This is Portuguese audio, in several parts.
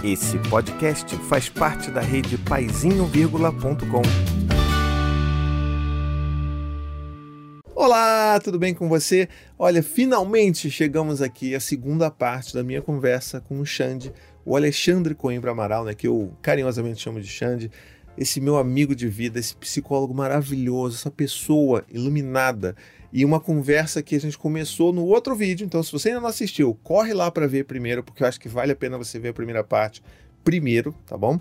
Esse podcast faz parte da rede Paizinho.com. Olá, tudo bem com você? Olha, finalmente chegamos aqui à segunda parte da minha conversa com o Xande, o Alexandre Coimbra Amaral, né, que eu carinhosamente chamo de Xande, esse meu amigo de vida, esse psicólogo maravilhoso, essa pessoa iluminada. E uma conversa que a gente começou no outro vídeo, então se você ainda não assistiu, corre lá para ver primeiro, porque eu acho que vale a pena você ver a primeira parte primeiro, tá bom?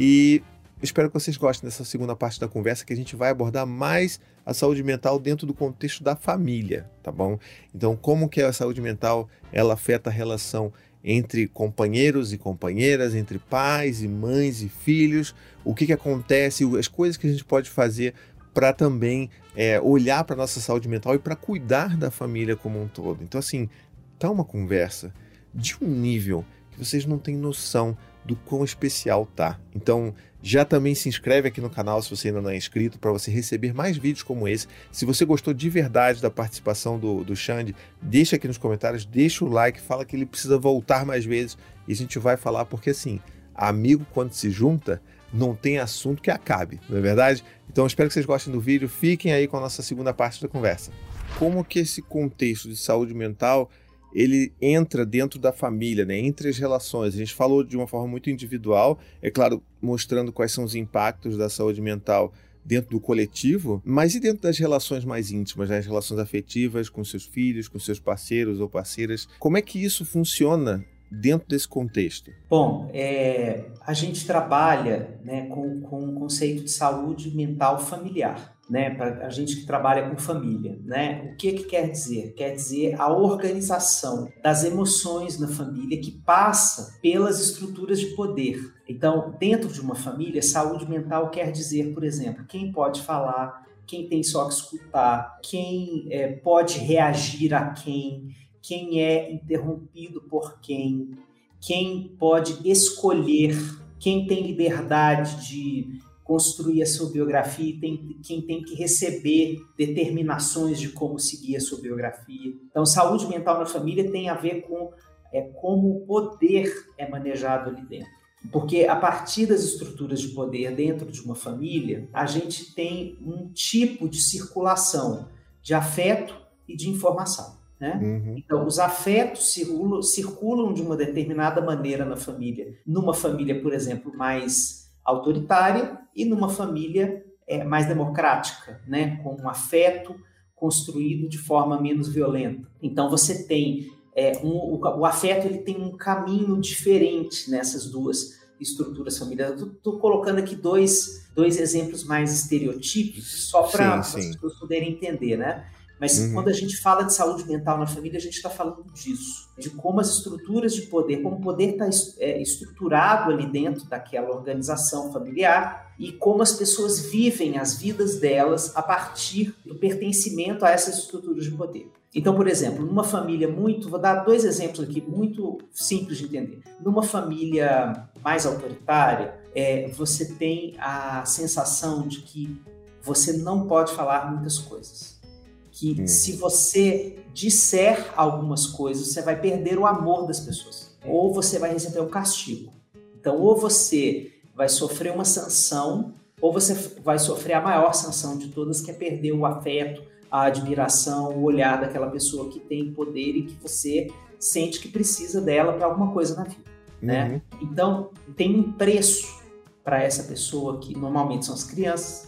E espero que vocês gostem dessa segunda parte da conversa, que a gente vai abordar mais a saúde mental dentro do contexto da família, tá bom? Então, como que a saúde mental, ela afeta a relação entre companheiros e companheiras, entre pais e mães e filhos, o que acontece, as coisas que a gente pode fazer para também olhar para a nossa saúde mental e para cuidar da família como um todo. Então, assim, tá uma conversa de um nível que vocês não têm noção do quão especial tá. Então, já também se inscreve aqui no canal se você ainda não é inscrito, para você receber mais vídeos como esse. Se você gostou de verdade da participação do Xande, deixa aqui nos comentários, deixa o like, fala que ele precisa voltar mais vezes e a gente vai falar, porque assim, amigo quando se junta, não tem assunto que acabe, não é verdade? Então espero que vocês gostem do vídeo, fiquem aí com a nossa segunda parte da conversa. Como que esse contexto de saúde mental, ele entra dentro da família, né? Entre as relações. A gente falou de uma forma muito individual, é claro, mostrando quais são os impactos da saúde mental dentro do coletivo, mas e dentro das relações mais íntimas, né? As relações afetivas com seus filhos, com seus parceiros ou parceiras. Como é que isso funciona dentro desse contexto? Bom, a gente trabalha, né, com o conceito de saúde mental familiar, né, para a gente que trabalha com família, né? O que quer dizer? Quer dizer a organização das emoções na família que passa pelas estruturas de poder. Então, dentro de uma família, saúde mental quer dizer, por exemplo, quem pode falar, quem tem só que escutar, quem pode reagir a quem é interrompido por quem pode escolher, quem tem liberdade de construir a sua biografia, quem tem que receber determinações de como seguir a sua biografia. Então, saúde mental na família tem a ver com como o poder é manejado ali dentro. Porque a partir das estruturas de poder dentro de uma família, a gente tem um tipo de circulação de afeto e de informação. Né? Uhum. Então, os afetos circulam de uma determinada maneira na família. Numa família, por exemplo, mais autoritária e numa família mais democrática, né? Com um afeto construído de forma menos violenta. Então, você tem o afeto, ele tem um caminho diferente nessas duas estruturas familiares. Estou colocando aqui dois exemplos mais estereotípicos, só para as pessoas poderem entender, né? Mas quando a gente fala de saúde mental na família, a gente está falando disso, de como as estruturas de poder, como o poder está estruturado ali dentro daquela organização familiar e como as pessoas vivem as vidas delas a partir do pertencimento a essas estruturas de poder. Então, por exemplo, numa família vou dar dois exemplos aqui muito simples de entender. Numa família mais autoritária, você tem a sensação de que você não pode falar muitas coisas. Que se você disser algumas coisas, você vai perder o amor das pessoas. Ou você vai receber um castigo. Então, ou você vai sofrer uma sanção, ou você vai sofrer a maior sanção de todas, que é perder o afeto, a admiração, o olhar daquela pessoa que tem poder e que você sente que precisa dela para alguma coisa na vida. Né? Então, tem um preço para essa pessoa, que normalmente são as crianças.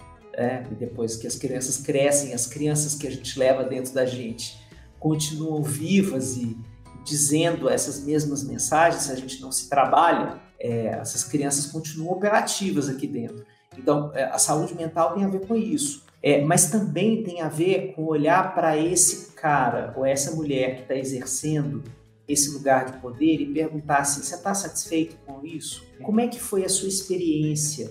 E depois que as crianças crescem, as crianças que a gente leva dentro da gente continuam vivas e dizendo essas mesmas mensagens. Se a gente não se trabalha, essas crianças continuam operativas aqui dentro. Então, a saúde mental tem a ver com isso. Mas também tem a ver com olhar para esse cara ou essa mulher que está exercendo esse lugar de poder e perguntar assim: você está satisfeito com isso? Como é que foi a sua experiência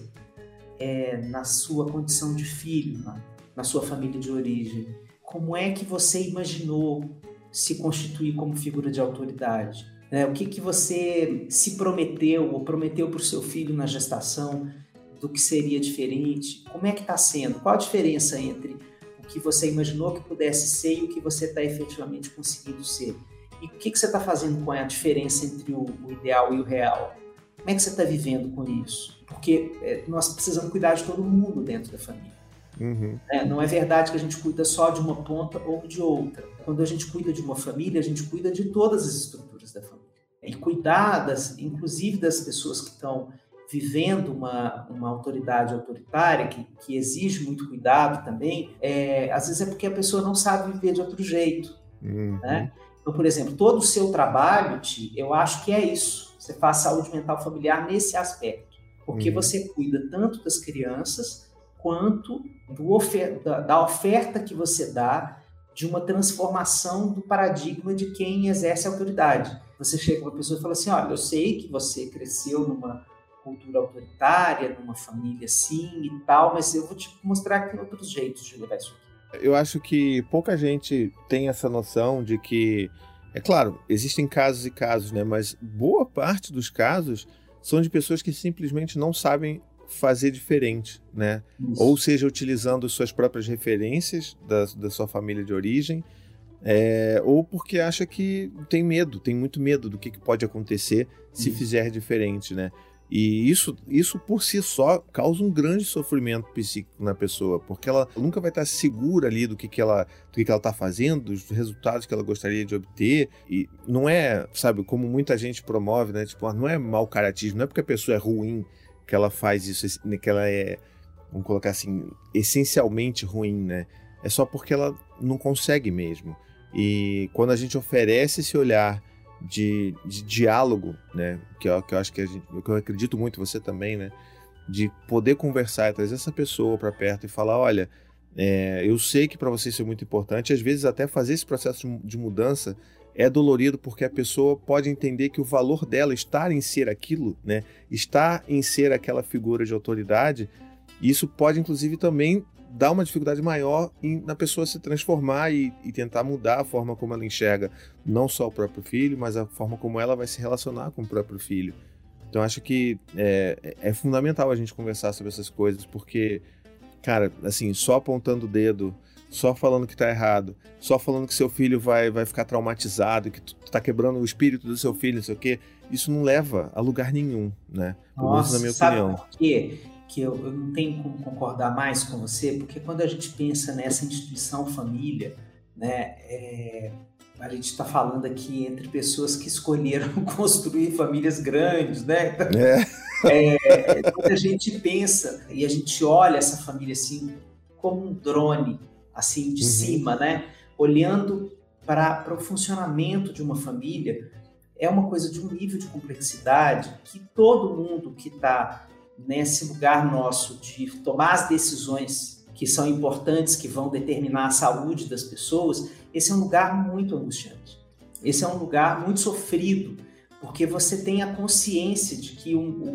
na sua condição de filho, na sua família de origem? Como é que você imaginou se constituir como figura de autoridade? O que você se prometeu ou prometeu para o seu filho na gestação do que seria diferente? Como é que está sendo? Qual a diferença entre o que você imaginou que pudesse ser e o que você está efetivamente conseguindo ser? E o que você está fazendo com a diferença entre o ideal e o real? Como é que você está vivendo com isso? Porque nós precisamos cuidar de todo mundo dentro da família. Uhum. Não é verdade que a gente cuida só de uma ponta ou de outra. Quando a gente cuida de uma família, a gente cuida de todas as estruturas da família. E cuidar, inclusive, das pessoas que estão vivendo uma autoridade autoritária, que exige muito cuidado também, às vezes é porque a pessoa não sabe viver de outro jeito. Uhum. Né? Então, por exemplo, todo o seu trabalho, eu acho que é isso. Você faz saúde mental familiar nesse aspecto. Porque você cuida tanto das crianças quanto da oferta que você dá de uma transformação do paradigma de quem exerce a autoridade. Você chega para uma pessoa e fala assim, olha, eu sei que você cresceu numa cultura autoritária, numa família assim e tal, mas eu vou te mostrar que tem outros jeitos de levar isso aqui. Eu acho que pouca gente tem essa noção de que, é claro, existem casos e casos, né? Mas boa parte dos casos são de pessoas que simplesmente não sabem fazer diferente, né? Isso. Ou seja, utilizando suas próprias referências da sua família de origem, ou porque acha que tem muito medo do que pode acontecer se fizer diferente, né? E isso por si só causa um grande sofrimento psíquico na pessoa, porque ela nunca vai estar segura ali do que ela está fazendo, dos resultados que ela gostaria de obter. E não é, sabe, como muita gente promove, né? Tipo, não é mau caratismo, não é porque a pessoa é ruim que ela faz isso, que ela é, vamos colocar assim, essencialmente ruim, né? É só porque ela não consegue mesmo. E quando a gente oferece esse olhar de diálogo, né, que eu acho que que eu acredito muito, você também, né, de poder conversar e trazer essa pessoa para perto e falar, olha, eu sei que para você isso é muito importante, às vezes até fazer esse processo de mudança é dolorido porque a pessoa pode entender que o valor dela está em ser aquilo, né, está em ser aquela figura de autoridade, e isso pode inclusive também dá uma dificuldade maior na pessoa se transformar e tentar mudar a forma como ela enxerga não só o próprio filho, mas a forma como ela vai se relacionar com o próprio filho. Então acho que é fundamental a gente conversar sobre essas coisas, porque, cara, assim, só apontando o dedo, só falando que tá errado, só falando que seu filho vai ficar traumatizado, que tu tá quebrando o espírito do seu filho, não sei o quê, isso não leva a lugar nenhum, né? Pelo menos na minha opinião. Sabe por quê? Que eu não tenho como concordar mais com você, porque quando a gente pensa nessa instituição família, né, a gente está falando aqui entre pessoas que escolheram construir famílias grandes, né? Quando a gente pensa e a gente olha essa família assim como um drone, assim de cima, né, olhando para o funcionamento de uma família, é uma coisa de um nível de complexidade que todo mundo que está nesse lugar nosso de tomar as decisões que são importantes, que vão determinar a saúde das pessoas, esse é um lugar muito angustiante. Esse é um lugar muito sofrido, porque você tem a consciência de que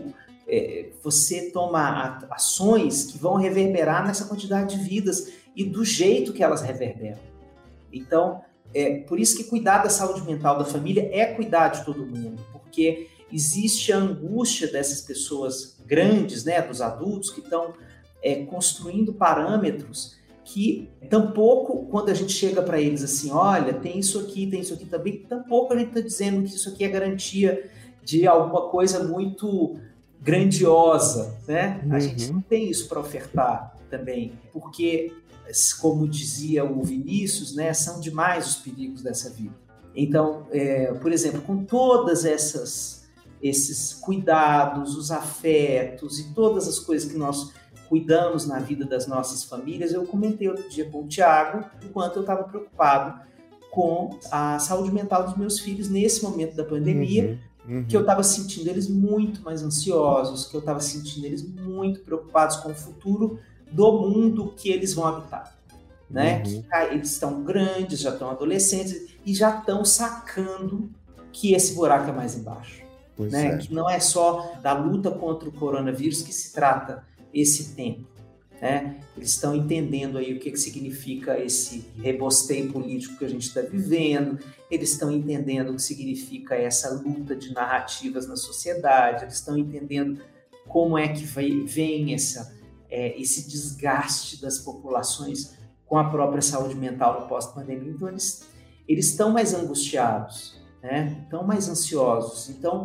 você toma ações que vão reverberar nessa quantidade de vidas e do jeito que elas reverberam. Então, por isso que cuidar da saúde mental da família é cuidar de todo mundo, porque existe a angústia dessas pessoas grandes, né, dos adultos que estão construindo parâmetros que tampouco, quando a gente chega para eles assim, olha, tem isso aqui também, tampouco a gente está dizendo que isso aqui é garantia de alguma coisa muito grandiosa, né? A gente não tem isso para ofertar também, porque, como dizia o Vinícius, né, são demais os perigos dessa vida. Então, por exemplo, com todas esses cuidados, os afetos e todas as coisas que nós cuidamos na vida das nossas famílias, eu comentei outro dia com o Tiago o quanto eu estava preocupado com a saúde mental dos meus filhos nesse momento da pandemia, que eu estava sentindo eles muito mais ansiosos, que eu estava sentindo eles muito preocupados com o futuro do mundo que eles vão habitar. Né? Que eles estão grandes, já estão adolescentes e já estão sacando que esse buraco é mais embaixo. Né? Que não é só da luta contra o coronavírus que se trata esse tempo. Né? Eles estão entendendo aí o que significa esse rebosteio político que a gente está vivendo, eles estão entendendo o que significa essa luta de narrativas na sociedade, eles estão entendendo como é que vem esse desgaste das populações com a própria saúde mental no pós-pandemia. Então, eles estão mais angustiados, né? Estão mais ansiosos. Então,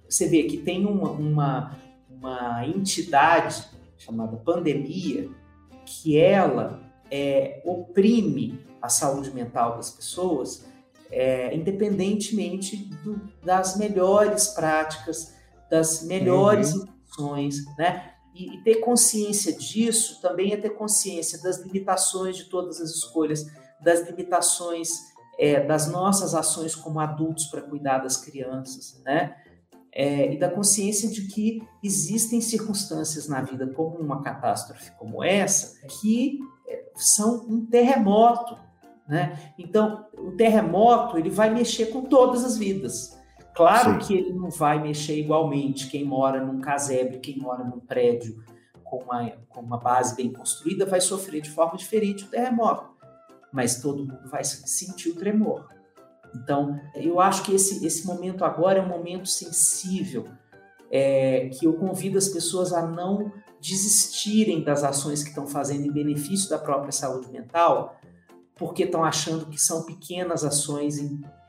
você vê que tem uma entidade chamada pandemia, que ela oprime a saúde mental das pessoas, independentemente das melhores práticas, das melhores intenções, né? E ter consciência disso também é ter consciência das limitações de todas as escolhas, das limitações das nossas ações como adultos para cuidar das crianças, né? E da consciência de que existem circunstâncias na vida, como uma catástrofe como essa, que são um terremoto, né? Então, o terremoto ele vai mexer com todas as vidas. Claro que ele não vai mexer igualmente. Quem mora num casebre, quem mora num prédio com uma base bem construída vai sofrer de forma diferente o terremoto, mas todo mundo vai sentir o tremor. Então, eu acho que esse momento agora é um momento sensível, que eu convido as pessoas a não desistirem das ações que estão fazendo em benefício da própria saúde mental, porque estão achando que são pequenas ações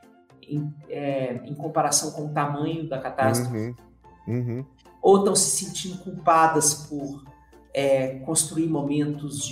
em comparação com o tamanho da catástrofe, ou estão se sentindo culpadas por construir momentos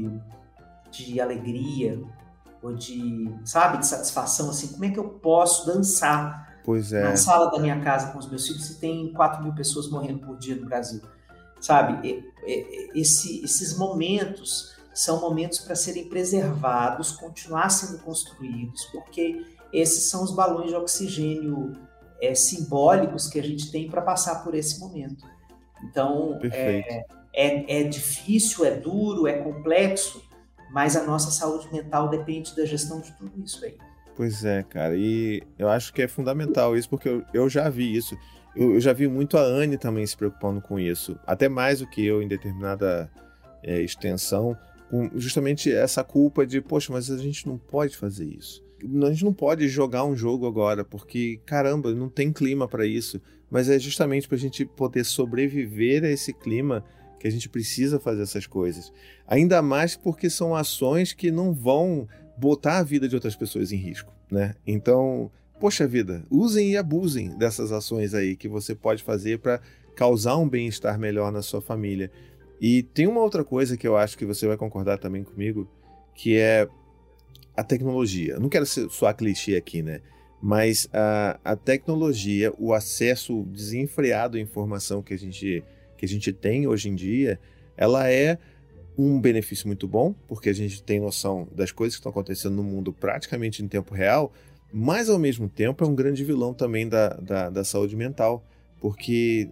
de alegria, ou de satisfação, assim, como é que eu posso dançar na sala da minha casa com os meus filhos se tem 4.000 pessoas morrendo por dia no Brasil, sabe? Esses momentos são momentos para serem preservados, continuar sendo construídos, porque esses são os balões de oxigênio simbólicos que a gente tem para passar por esse momento. Então, é difícil, é duro, é complexo, mas a nossa saúde mental depende da gestão de tudo isso aí. Pois é, cara, e eu acho que é fundamental isso, porque eu já vi isso. Eu já vi muito a Anne também se preocupando com isso, até mais do que eu em determinada extensão, com justamente essa culpa de, poxa, mas a gente não pode fazer isso. A gente não pode jogar um jogo agora, porque, caramba, não tem clima para isso. Mas é justamente para a gente poder sobreviver a esse clima que a gente precisa fazer essas coisas. Ainda mais porque são ações que não vão botar a vida de outras pessoas em risco, né? Então, poxa vida, usem e abusem dessas ações aí que você pode fazer para causar um bem-estar melhor na sua família. E tem uma outra coisa que eu acho que você vai concordar também comigo, que é a tecnologia. Eu não quero soar clichê aqui, né? Mas a tecnologia, o acesso desenfreado à informação que a gente tem hoje em dia, ela é um benefício muito bom, porque a gente tem noção das coisas que estão acontecendo no mundo praticamente em tempo real, mas ao mesmo tempo é um grande vilão também da saúde mental, porque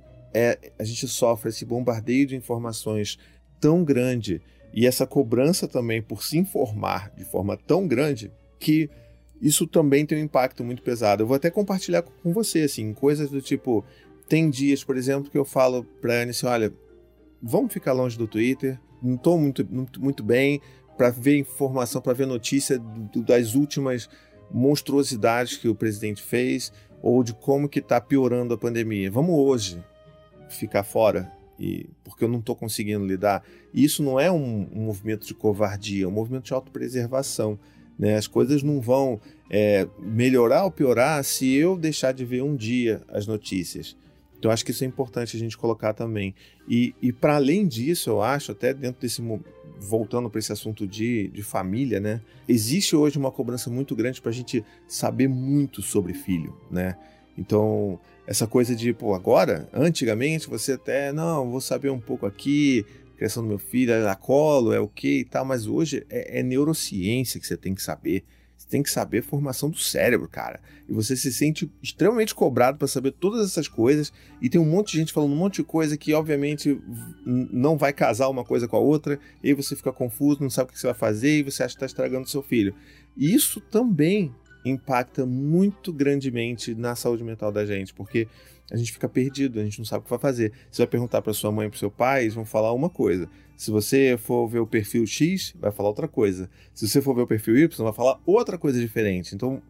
a gente sofre esse bombardeio de informações tão grande e essa cobrança também por se informar de forma tão grande que isso também tem um impacto muito pesado. Eu vou até compartilhar com você, assim, coisas do tipo, tem dias, por exemplo, que eu falo pra Anne assim, olha, vamos ficar longe do Twitter, não estou muito bem para ver informação, para ver notícia das últimas monstruosidades que o presidente fez ou de como que está piorando a pandemia. Vamos hoje ficar fora, porque eu não estou conseguindo lidar. E isso não é um movimento de covardia, é um movimento de autopreservação, né? As coisas não vão melhorar ou piorar se eu deixar de ver um dia as notícias. Então, acho que isso é importante a gente colocar também. E para além disso, eu acho, até dentro desse... Voltando para esse assunto de família, né? Existe hoje uma cobrança muito grande para a gente saber muito sobre filho, né? Então, essa coisa de, agora, antigamente, você até, não, vou saber um pouco aqui, criação do meu filho, é a colo, é o quê e tal, mas hoje é neurociência que você tem que saber. Você tem que saber a formação do cérebro, cara. E você se sente extremamente cobrado para saber todas essas coisas. E tem um monte de gente falando um monte de coisa que, obviamente, não vai casar uma coisa com a outra. E aí você fica confuso, não sabe o que você vai fazer e você acha que está estragando o seu filho. E isso também impacta muito grandemente na saúde mental da gente, porque a gente fica perdido, a gente não sabe o que vai fazer. Você vai perguntar para sua mãe e para o seu pai, eles vão falar uma coisa. Se você for ver o perfil X, vai falar outra coisa. Se você for ver o perfil Y, vai falar outra coisa diferente. Então,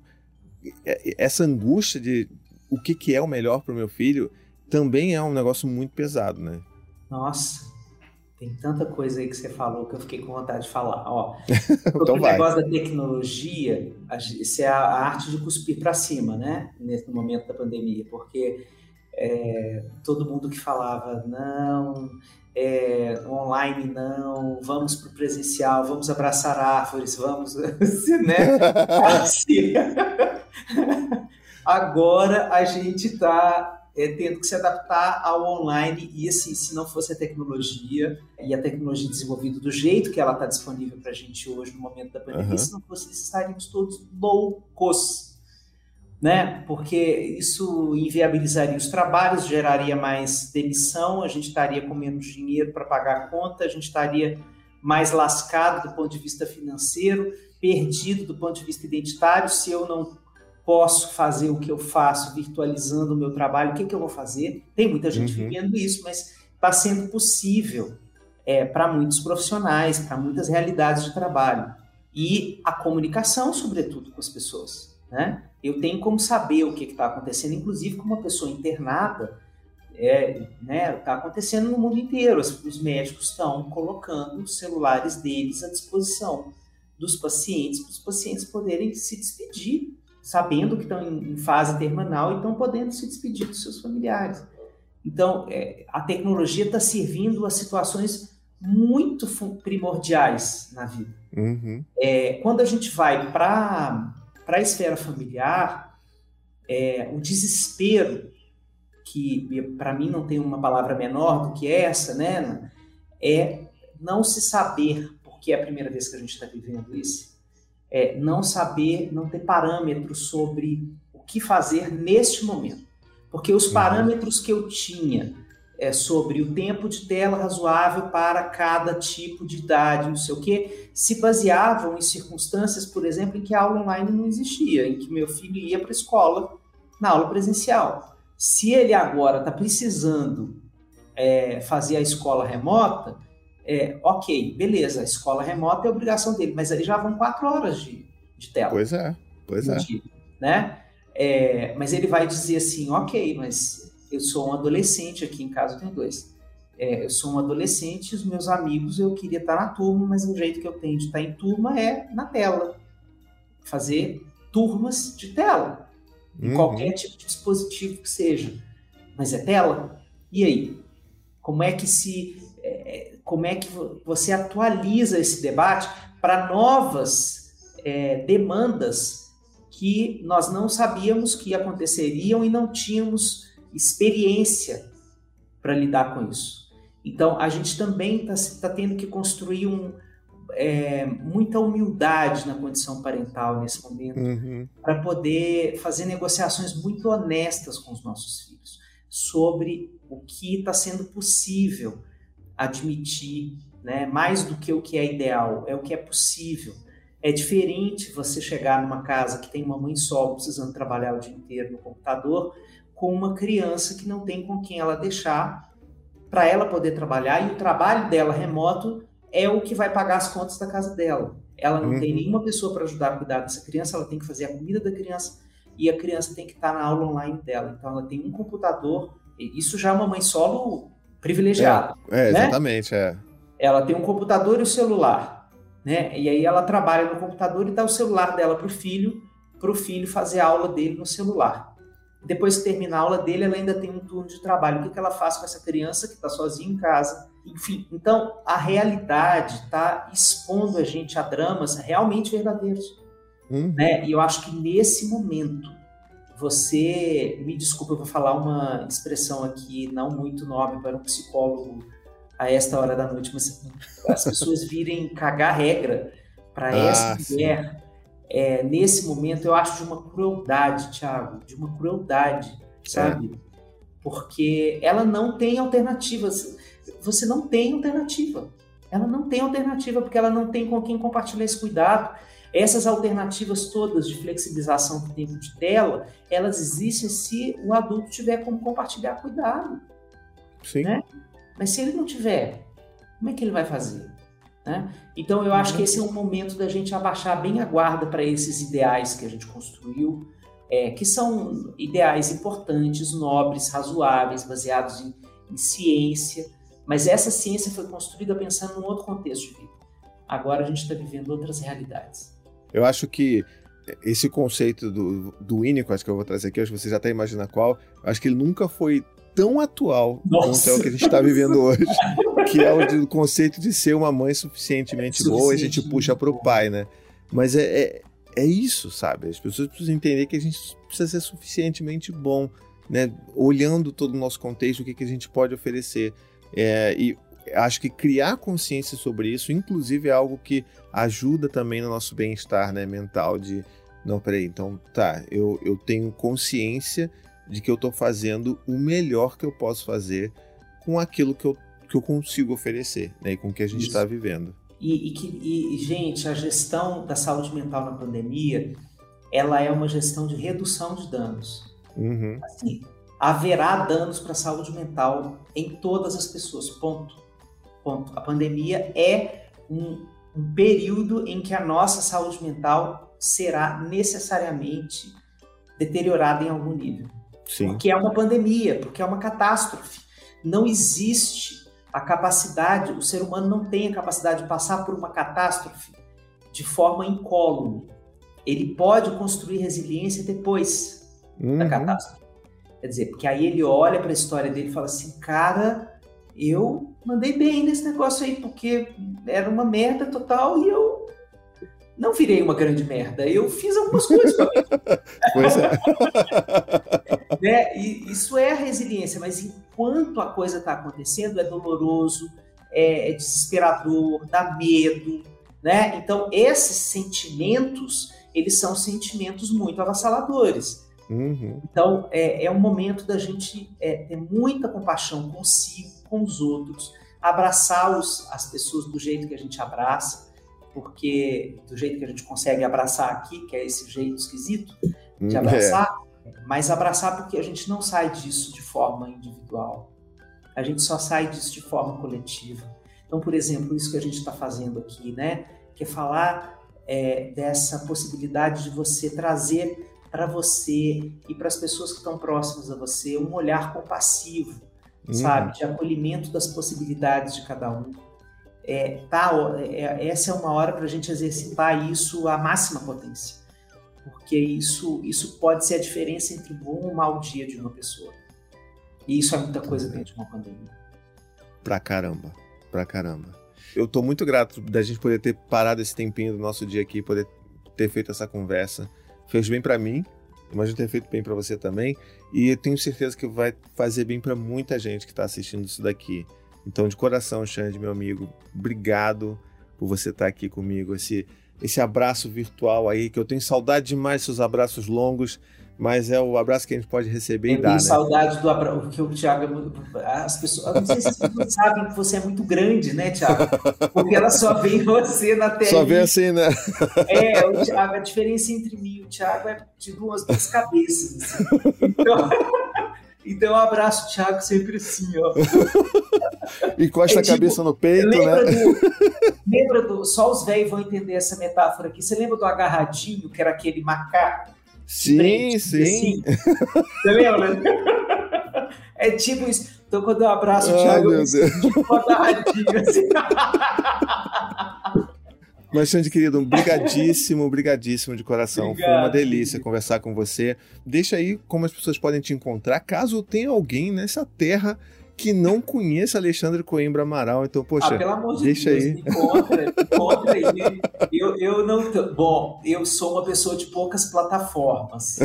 essa angústia de o que é o melhor para o meu filho também é um negócio muito pesado, né? Nossa, tem tanta coisa aí que você falou que eu fiquei com vontade de falar. Ó, então o negócio da tecnologia, isso é a arte de cuspir para cima, né? No momento da pandemia, porque todo mundo que falava, não, online não, vamos para o presencial, vamos abraçar árvores, vamos, né? Assim, agora a gente está tendo que se adaptar ao online e, assim, se não fosse a tecnologia e a tecnologia desenvolvida do jeito que ela está disponível para a gente hoje, no momento da pandemia, se não fosse isso, estaríamos todos loucos, né? Porque isso inviabilizaria os trabalhos, geraria mais demissão, a gente estaria com menos dinheiro para pagar a conta, a gente estaria mais lascado do ponto de vista financeiro, perdido do ponto de vista identitário. Se eu não posso fazer o que eu faço virtualizando o meu trabalho, o que eu vou fazer? Tem muita gente vivendo isso, mas está sendo possível para muitos profissionais, para muitas realidades de trabalho. E a comunicação, sobretudo, com as pessoas, né? Eu tenho como saber o que está acontecendo, inclusive com uma pessoa internada, né? Está acontecendo no mundo inteiro. Os médicos estão colocando os celulares deles à disposição dos pacientes, para os pacientes poderem se despedir, sabendo que estão em fase terminal e estão podendo se despedir dos seus familiares. Então, a tecnologia está servindo a situações muito primordiais na vida. Quando a gente vai para a esfera familiar, o desespero, que para mim não tem uma palavra menor do que essa, né, é não se saber, porque é a primeira vez que a gente está vivendo isso, não saber, não ter parâmetros sobre o que fazer neste momento. Porque os parâmetros que eu tinha sobre o tempo de tela razoável para cada tipo de idade, não sei o quê, se baseavam em circunstâncias, por exemplo, em que a aula online não existia, em que meu filho ia para a escola na aula presencial. Se ele agora está precisando fazer a escola remota, ok, beleza, a escola remota é obrigação dele, mas aí já vão 4 horas de tela. Pois é. Dia, né? Mas ele vai dizer assim, ok, mas eu sou um adolescente, aqui em casa eu tenho 2. Eu sou um adolescente, os meus amigos, eu queria estar na turma, mas o jeito que eu tenho de estar em turma é na tela. Fazer turmas de tela. Em qualquer tipo de dispositivo que seja. Mas é tela? E aí? Como é que você atualiza esse debate para novas demandas que nós não sabíamos que aconteceriam e não tínhamos experiência para lidar com isso? Então, a gente também está tendo que construir muita humildade na condição parental nesse momento, para poder fazer negociações muito honestas com os nossos filhos sobre o que está sendo possível admitir, né? Mais do que o que é ideal, é o que é possível. É diferente você chegar numa casa que tem uma mãe solo precisando trabalhar o dia inteiro no computador, com uma criança que não tem com quem ela deixar para ela poder trabalhar, e o trabalho dela remoto é o que vai pagar as contas da casa dela. Ela não tem nenhuma pessoa para ajudar a cuidar dessa criança, ela tem que fazer a comida da criança e a criança tem que estar na aula online dela. Então ela tem um computador, isso já é uma mãe solo privilegiada. Exatamente, né? Ela tem um computador e o celular, né? E aí ela trabalha no computador e dá o celular dela para o filho fazer a aula dele no celular. Depois que termina a aula dele, ela ainda tem um turno de trabalho. O que ela faz com essa criança que está sozinha em casa? Enfim, então a realidade está expondo a gente a dramas realmente verdadeiros. Né? E eu acho que nesse momento, me desculpa, eu vou falar uma expressão aqui não muito nobre para um psicólogo a esta hora da noite, mas as pessoas virem cagar regra para essa mulher. Nesse momento, eu acho de uma crueldade, Thiago, de uma crueldade, sabe? Porque ela não tem alternativas. Você não tem alternativa. Ela não tem alternativa porque ela não tem com quem compartilhar esse cuidado. Essas alternativas todas de flexibilização do tempo de tela, elas existem se o adulto tiver como compartilhar cuidado. Sim. Né? Mas se ele não tiver, como é que ele vai fazer? Né? Então, eu acho que esse é um momento da gente abaixar bem a guarda para esses ideais que a gente construiu, que são ideais importantes, nobres, razoáveis, baseados em ciência, mas essa ciência foi construída pensando num outro contexto de vida. Agora a gente está vivendo outras realidades. Eu acho que esse conceito do Winnicott que eu vou trazer aqui, acho que você já até imagina qual, acho que ele nunca foi tão atual quanto é o que a gente está vivendo hoje, que é o conceito de ser uma mãe suficientemente boa e a gente puxa para o pai, né? Mas é isso, sabe? As pessoas precisam entender que a gente precisa ser suficientemente bom, né? Olhando todo o nosso contexto, o que a gente pode oferecer. E acho que criar consciência sobre isso, inclusive, é algo que ajuda também no nosso bem-estar, né, mental, de, não, peraí, então, tá, eu tenho consciência de que eu tô fazendo o melhor que eu posso fazer com aquilo que eu consigo oferecer, né, e com o que a gente está vivendo. Gente, a gestão da saúde mental na pandemia, ela é uma gestão de redução de danos. Uhum. Assim, haverá danos para a saúde mental em todas as pessoas, ponto. A pandemia é um período em que a nossa saúde mental será necessariamente deteriorada em algum nível. Sim. Porque é uma pandemia, porque é uma catástrofe. Não existe a capacidade, o ser humano não tem a capacidade de passar por uma catástrofe de forma incólume. Ele pode construir resiliência depois da catástrofe. Quer dizer, porque aí ele olha para a história dele e fala assim, cara, eu mandei bem nesse negócio aí, porque era uma merda total e eu não virei uma grande merda. Eu fiz algumas coisas pra mim. Pois é. Né? E isso é a resiliência, mas enquanto a coisa está acontecendo, é doloroso, é desesperador, dá medo, né? Então, esses sentimentos, eles são sentimentos muito avassaladores. Uhum. Então, é um momento da gente ter muita compaixão consigo, com os outros, abraçar as pessoas do jeito que a gente abraça, porque do jeito que a gente consegue abraçar aqui, que é esse jeito esquisito de abraçar, mas abraçar porque a gente não sai disso de forma individual, a gente só sai disso de forma coletiva. Então, por exemplo, isso que a gente está fazendo aqui, né, que é falar dessa possibilidade de você trazer para você e para as pessoas que estão próximas a você um olhar compassivo, sabe, de acolhimento das possibilidades de cada um. Essa é uma hora para a gente exercitar isso à máxima potência, porque isso pode ser a diferença entre um bom ou um mau dia de uma pessoa. E isso é muita coisa dentro de uma pandemia. Pra caramba. Eu tô muito grato da gente poder ter parado esse tempinho do nosso dia aqui, poder ter feito essa conversa. Fez bem pra mim, imagino ter feito bem pra você também, e eu tenho certeza que vai fazer bem pra muita gente que tá assistindo isso daqui. Então, de coração, Xande, meu amigo, obrigado por você estar aqui comigo, esse abraço virtual aí, que eu tenho saudade demais dos seus abraços longos, mas é o abraço que a gente pode receber e dar, né? Eu tenho saudade do abraço, porque o Thiago, as pessoas, não sei se as pessoas sabem que você é muito grande, né, Thiago? Porque ela só vê você na tela. Só vê assim, né? O Thiago, a diferença entre mim e o Thiago é de duas cabeças, assim. Então eu abraço o Thiago sempre assim, ó. Encosta a cabeça no peito, né? Lembra só os velhos vão entender essa metáfora aqui. Você lembra do agarradinho, que era aquele macaco? Sim. Assim? Você lembra? É tipo isso. Então quando eu abraço o Thiago, eu tipo agarradinho assim. Mas, Xande, querido, brigadíssimo de coração. Obrigado, foi uma delícia conversar com você. Deixa aí como as pessoas podem te encontrar, caso tenha alguém nessa terra que não conheça Alexandre Coimbra Amaral. Então, poxa, pelo amor de deixa Deus, aí. Me encontra aí. Eu não... Bom, eu sou uma pessoa de poucas plataformas.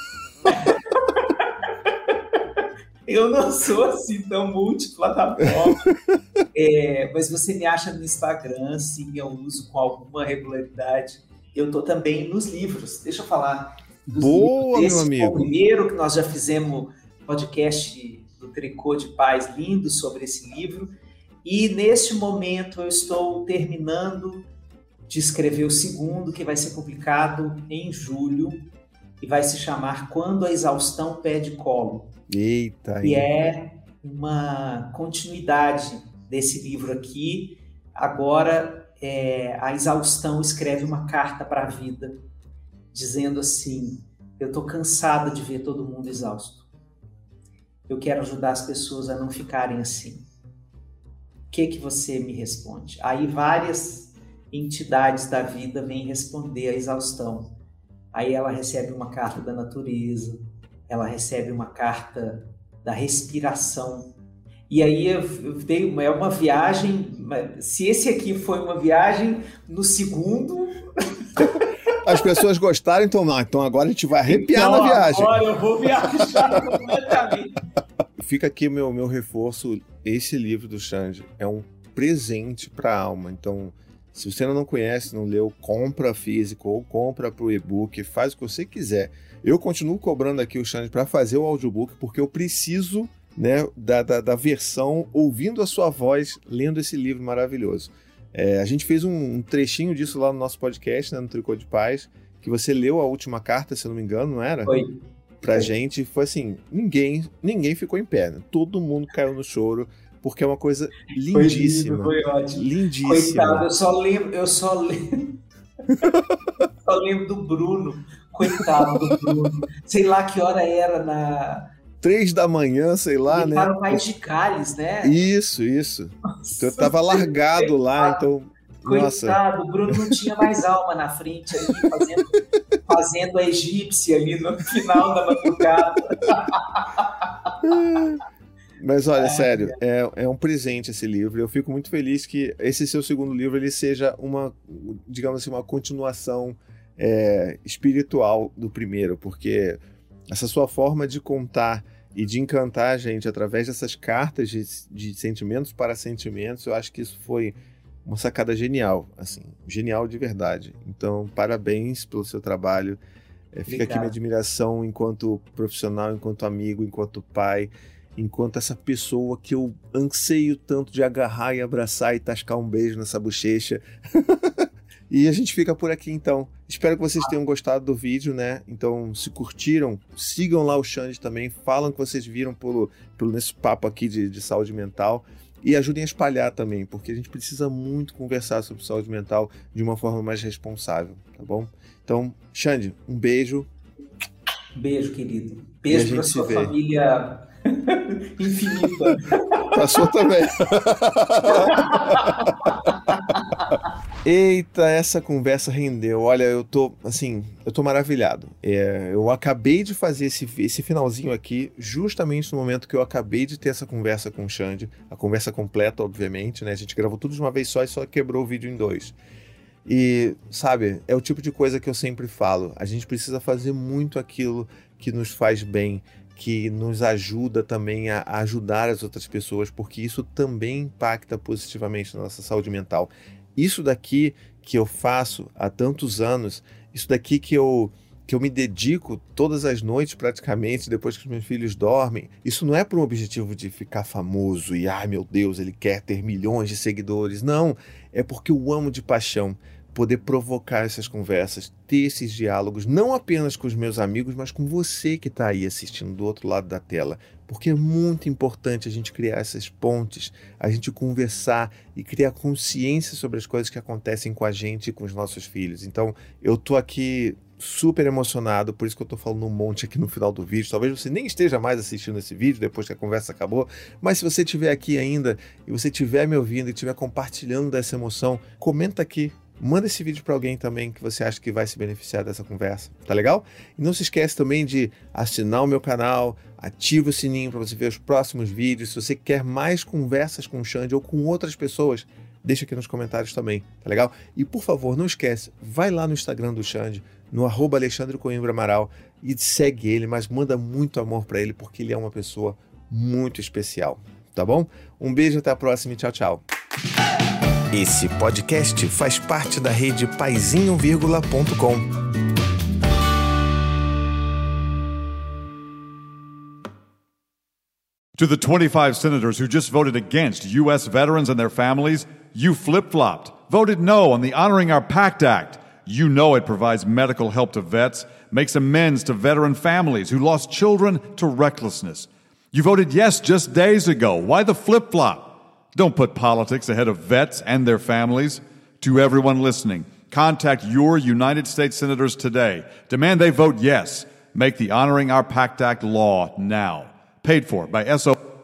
Eu não sou assim tão multiplataforma. Mas você me acha no Instagram, sim, eu uso com alguma regularidade. Eu estou também nos livros. Deixa eu falar dos Boa, livros. Meu amigo. O primeiro que nós já fizemos podcast do Tricô de Paz lindo sobre esse livro. E neste momento eu estou terminando de escrever o segundo, que vai ser publicado em julho e vai se chamar Quando a Exaustão Pede Colo. Eita! E é uma continuidade desse livro aqui. Agora, a exaustão escreve uma carta para a vida, dizendo assim: eu estou cansada de ver todo mundo exausto. Eu quero ajudar as pessoas a não ficarem assim. O que você me responde? Aí várias entidades da vida vêm responder a exaustão. Aí ela recebe uma carta da natureza, ela recebe uma carta da respiração. E aí é uma viagem, se esse aqui foi uma viagem, no segundo... As pessoas gostaram, então não. Então agora a gente vai arrepiar então, na viagem. Agora eu vou viajar completamente. Fica aqui meu reforço. Esse livro do Xande é um presente para a alma. Então, se você ainda não conhece, não leu, compra físico ou compra pro e-book, faz o que você quiser. Eu continuo cobrando aqui o Xande para fazer o audiobook, porque eu preciso, né, da versão ouvindo a sua voz, lendo esse livro maravilhoso. A gente fez um trechinho disso lá no nosso podcast, né, no Tricô de Paz, que você leu a última carta, se eu não me engano, não era? Foi. Pra gente, foi assim, ninguém ficou em pé, né? Todo mundo caiu no choro, porque é uma coisa lindíssima. Foi ótimo. Lindíssima. Coitado, eu só lembro do Bruno. Coitado do Bruno. Sei lá que hora era na... 3 da manhã, sei lá, ele né? Para o País de Gales, né? Isso. Nossa, então eu tava largado lá, então... Coitado, Nossa. o Bruno não tinha mais alma na frente ali, fazendo a egípcia ali no final da madrugada. Mas olha, sério, é um presente esse livro. Eu fico muito feliz que esse seu segundo livro ele seja uma, digamos assim, uma continuação espiritual do primeiro, porque essa sua forma de contar e de encantar a gente através dessas cartas de sentimentos para sentimentos, eu acho que isso foi uma sacada genial, assim, genial de verdade. Então, parabéns pelo seu trabalho. Fica aqui minha admiração enquanto profissional, enquanto amigo, enquanto pai, enquanto essa pessoa que eu anseio tanto de agarrar e abraçar e tascar um beijo nessa bochecha. E a gente fica por aqui, então. Espero que vocês tenham gostado do vídeo, né? Então, se curtiram, sigam lá o Xande também, falam que vocês viram nesse papo aqui de saúde mental. E ajudem a espalhar também, porque a gente precisa muito conversar sobre saúde mental de uma forma mais responsável, tá bom? Então, Xande, um beijo. Beijo, querido. Beijo para sua família infinita. Pra sua também. Eita, essa conversa rendeu. Olha, eu tô maravilhado. Eu acabei de fazer esse finalzinho aqui justamente no momento que eu acabei de ter essa conversa com o Xande. A conversa completa, obviamente, né? A gente gravou tudo de uma vez só e só quebrou o vídeo em 2. E, sabe, é o tipo de coisa que eu sempre falo. A gente precisa fazer muito aquilo que nos faz bem, que nos ajuda também a ajudar as outras pessoas, porque isso também impacta positivamente na nossa saúde mental. Isso daqui que eu faço há tantos anos, isso daqui que eu me dedico todas as noites praticamente, depois que os meus filhos dormem, isso não é para um objetivo de ficar famoso e, ai meu Deus, ele quer ter milhões de seguidores. Não, é porque eu amo de paixão poder provocar essas conversas, ter esses diálogos, não apenas com os meus amigos, mas com você que está aí assistindo do outro lado da tela. Porque é muito importante a gente criar essas pontes, a gente conversar e criar consciência sobre as coisas que acontecem com a gente e com os nossos filhos. Então, eu tô aqui super emocionado, por isso que eu tô falando um monte aqui no final do vídeo. Talvez você nem esteja mais assistindo esse vídeo depois que a conversa acabou, mas se você estiver aqui ainda e você estiver me ouvindo e estiver compartilhando dessa emoção, comenta aqui. Manda esse vídeo para alguém também que você acha que vai se beneficiar dessa conversa, tá legal? E não se esquece também de assinar o meu canal, ativa o sininho para você ver os próximos vídeos. Se você quer mais conversas com o Xande ou com outras pessoas, deixa aqui nos comentários também, tá legal? E por favor, não esquece, vai lá no Instagram do Xande, no @AlexandreCoimbraAmaral e segue ele, mas manda muito amor para ele, porque ele é uma pessoa muito especial, tá bom? Um beijo, até a próxima e tchau, tchau. Esse podcast faz parte da rede Paizinho.com. To the 25 senators who just voted against U.S. veterans and their families, you flip-flopped, voted no on the Honoring Our Pact Act. You know it provides medical help to vets, makes amends to veteran families who lost children to recklessness. You voted yes just days ago. Why the flip-flop? Don't put politics ahead of vets and their families. To everyone listening, contact your United States senators today. Demand they vote yes. Make the Honoring Our Pact Act law now. Paid for by SO.